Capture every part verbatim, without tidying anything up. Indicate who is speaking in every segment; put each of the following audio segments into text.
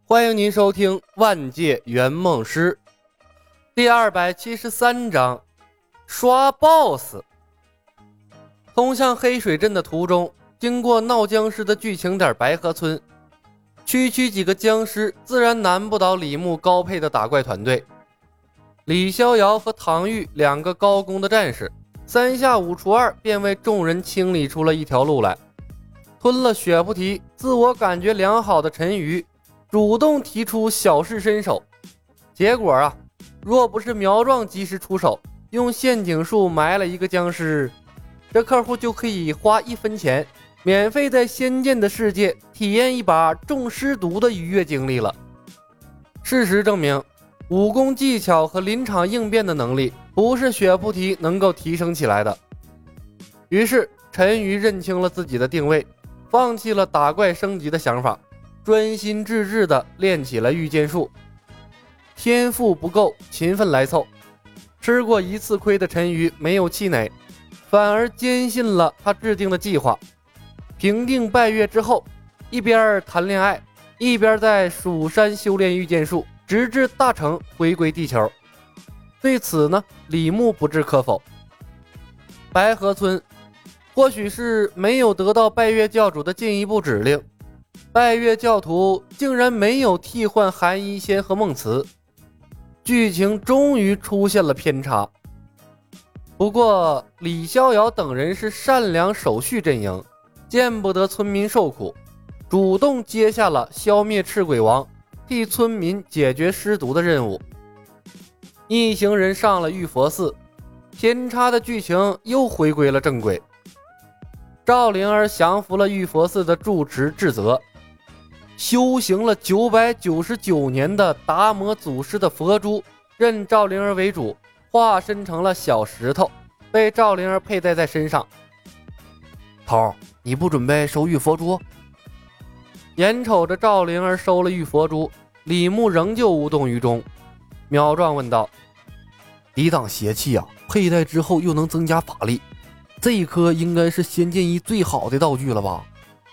Speaker 1: 欢迎您收听《万界圆梦师》第二百七十三章刷 BOSS。 通向黑水镇的途中，经过闹僵尸的剧情点白河村，区区几个僵尸自然难不倒李牧高配的打怪团队。李逍遥和唐钰两个高攻的战士，三下五除二便为众人清理出了一条路来。吞了血菩提，自我感觉良好的陈鱼主动提出小试身手，结果啊，若不是苗壮及时出手，用陷阱术埋了一个僵尸，这客户就可以花一分钱，免费在仙剑的世界体验一把中尸毒的愉悦经历了。事实证明，武功技巧和临场应变的能力不是血菩提能够提升起来的。于是陈鱼认清了自己的定位，放弃了打怪升级的想法，专心致志地练起了御剑术。天赋不够，勤奋来凑。吃过一次亏的陈鱼没有气馁，反而坚信了他制定的计划。平定拜月之后，一边谈恋爱，一边在蜀山修炼御剑术，直至大成回归地球。对此呢，李牧不置可否。白河村或许是没有得到拜月教主的进一步指令，拜月教徒竟然没有替换寒衣仙和梦慈，剧情终于出现了偏差。不过李逍遥等人是善良守序阵营，见不得村民受苦，主动接下了消灭赤鬼王，替村民解决尸毒的任务。一行人上了玉佛寺，偏差的剧情又回归了正轨。赵灵儿降服了玉佛寺的住持智泽，修行了九百九十九年的达摩祖师的佛珠认赵灵儿为主，化身成了小石头，被赵灵儿佩戴在身上。头，你不准备收玉佛珠？眼瞅着赵灵儿收了玉佛珠，李牧仍旧无动于衷。苗壮问道：抵挡邪气啊，佩戴之后又能增加法力，这一颗应该是仙剑一最好的道具了吧？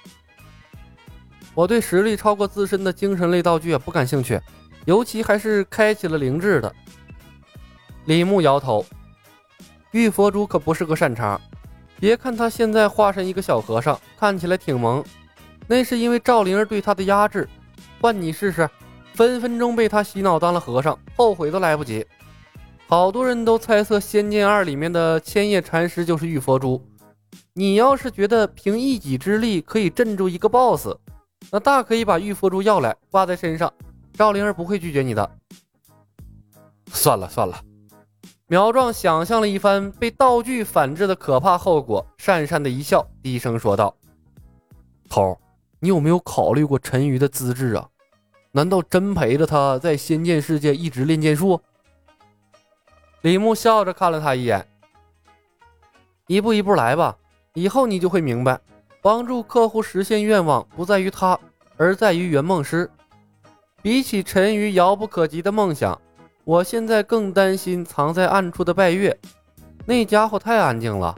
Speaker 1: 我对实力超过自身的精神类道具也不感兴趣，尤其还是开启了灵智的。李牧摇头，玉佛珠可不是个善茬，别看他现在化身一个小和尚，看起来挺萌，那是因为赵灵儿对他的压制，换你试试，分分钟被他洗脑当了和尚，后悔都来不及。好多人都猜测《仙剑二》里面的千叶禅师就是玉佛珠，你要是觉得凭一己之力可以镇住一个 boss， 那大可以把玉佛珠要来挂在身上，赵灵儿不会拒绝你的。算了算了，苗壮想象了一番被道具反制的可怕后果，讪讪的一笑，低声说道：头，你有没有考虑过陈鱼的资质啊？难道真陪着他在仙剑世界一直练剑术？李牧笑着看了他一眼，一步一步来吧，以后你就会明白，帮助客户实现愿望不在于他，而在于圆梦师。比起陈鱼遥不可及的梦想，我现在更担心藏在暗处的拜月，那家伙太安静了。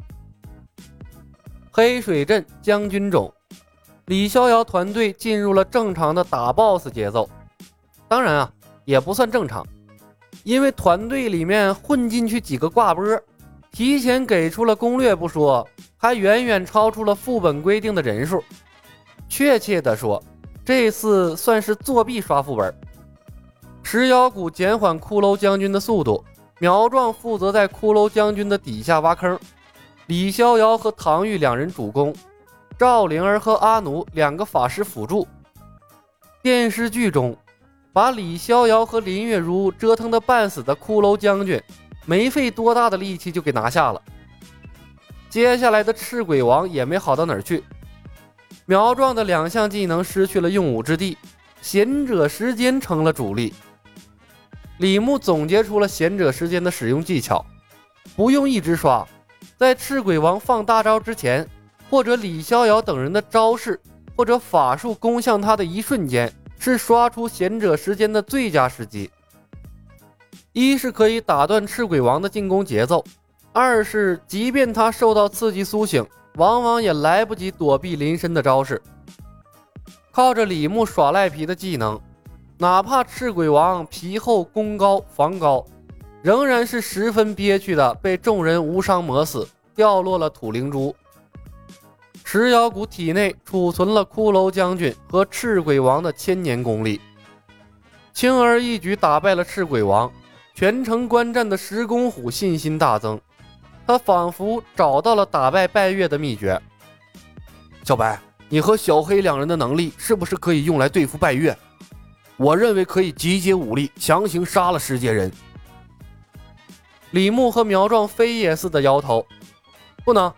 Speaker 1: 黑水镇将军冢，李逍遥团队进入了正常的打 boss 节奏，当然啊，也不算正常，因为团队里面混进去几个挂波，提前给出了攻略不说，还远远超出了副本规定的人数。确切的说，这次算是作弊刷副本。石妖谷减缓骷髅将军的速度，苗壮负责在骷髅将军的底下挖坑，李逍遥和唐钰两人主攻，赵灵儿和阿奴两个法师辅助。电视剧中把李逍遥和林月如折腾得半死的骷髅将军，没费多大的力气就给拿下了。接下来的赤鬼王也没好到哪儿去，苗壮的两项技能失去了用武之地，贤者时间成了主力。李牧总结出了贤者时间的使用技巧，不用一直刷，在赤鬼王放大招之前，或者李逍遥等人的招式或者法术攻向他的一瞬间，是刷出贤者时间的最佳时机。一是可以打断赤鬼王的进攻节奏，二是即便他受到刺激苏醒，往往也来不及躲避临身的招式。靠着李牧耍赖皮的技能， 哪怕赤鬼王皮厚功高防高，仍然是十分憋屈的被众人无伤磨死，掉落了土灵珠。石妖谷体内储存了骷髅将军和赤鬼王的千年功力，轻而易举打败了赤鬼王。全程观战的石公虎信心大增，他仿佛找到了打败拜月的秘诀。小白，你和小黑两人的能力是不是可以用来对付拜月？我认为可以集结武力强行杀了石阶人。李牧和苗壮飞也似的摇头，不能。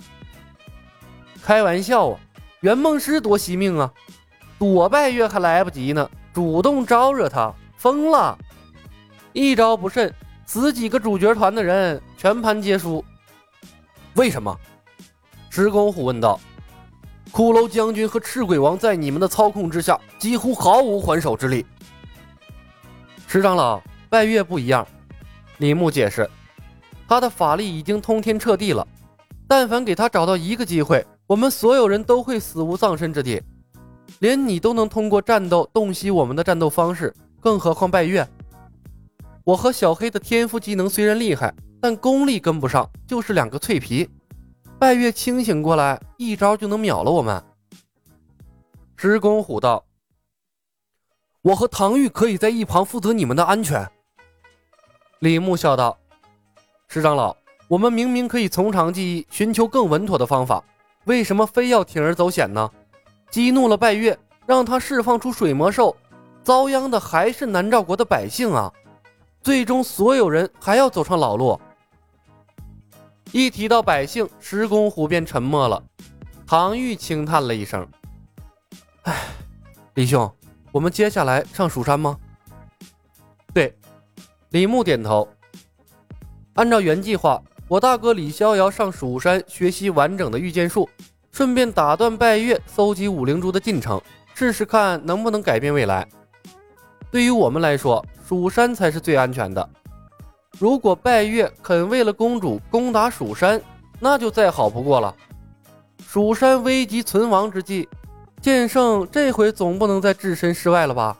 Speaker 1: 开玩笑啊，圆梦师多惜命啊，躲拜月还来不及呢，主动招惹他，疯了。一招不慎，死几个主角团的人，全盘皆输。为什么？石公虎问道。骷髅将军和赤鬼王在你们的操控之下，几乎毫无还手之力。石长老，拜月不一样。李牧解释，他的法力已经通天彻地了，但凡给他找到一个机会，我们所有人都会死无葬身之地。连你都能通过战斗洞悉我们的战斗方式，更何况拜月。我和小黑的天赋技能虽然厉害，但功力跟不上，就是两个脆皮。拜月清醒过来，一招就能秒了我们。石公虎道，我和唐玉可以在一旁负责你们的安全。李牧笑道，石长老，我们明明可以从长计议，寻求更稳妥的方法，为什么非要铤而走险呢？激怒了拜月，让他释放出水魔兽，遭殃的还是南诏国的百姓啊，最终所有人还要走上老路。一提到百姓，石公虎便沉默了。唐玉轻叹了一声，唉，李兄，我们接下来上蜀山吗？对，李牧点头。按照原计划，我大哥李逍遥上蜀山学习完整的御剑术，顺便打断拜月搜集五灵珠的进程，试试看能不能改变未来。对于我们来说，蜀山才是最安全的。如果拜月肯为了公主攻打蜀山，那就再好不过了。蜀山危急存亡之际，剑圣这回总不能再置身事外了吧？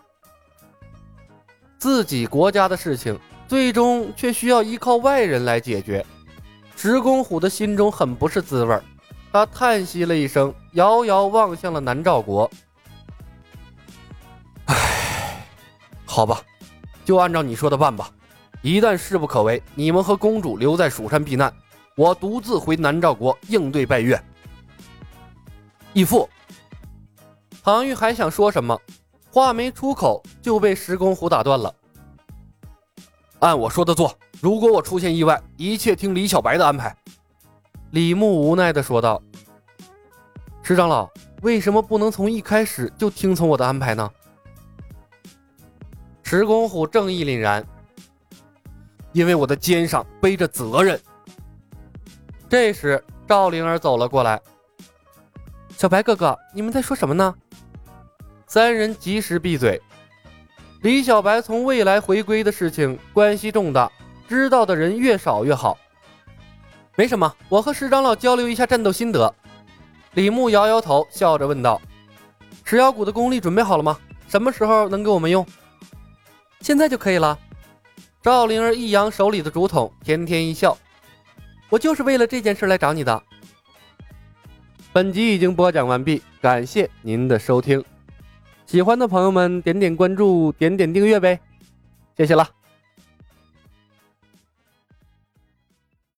Speaker 1: 自己国家的事情，最终却需要依靠外人来解决。石公虎的心中很不是滋味，他叹息了一声，遥遥望向了南诏国。唉，好吧，就按照你说的办吧。一旦势不可为，你们和公主留在蜀山避难，我独自回南诏国应对拜月。义父，唐玉还想说什么，话没出口就被石公虎打断了。按我说的做，如果我出现意外，一切听李小白的安排。李牧无奈地说道。石长老，为什么不能从一开始就听从我的安排呢？石公虎正义凛然，因为我的肩上背着责任。这时赵灵儿走了过来，小白哥哥，你们在说什么呢？三人及时闭嘴。李小白从未来回归的事情关系重大，知道的人越少越好。没什么，我和石长老交流一下战斗心得。李牧摇摇头，笑着问道，石妖谷的功力准备好了吗？什么时候能给我们用？现在就可以了。赵灵儿一扬手里的竹筒，甜甜一笑，我就是为了这件事来找你的。本集已经播讲完毕，感谢您的收听。喜欢的朋友们点点关注，点点订阅呗，谢谢了。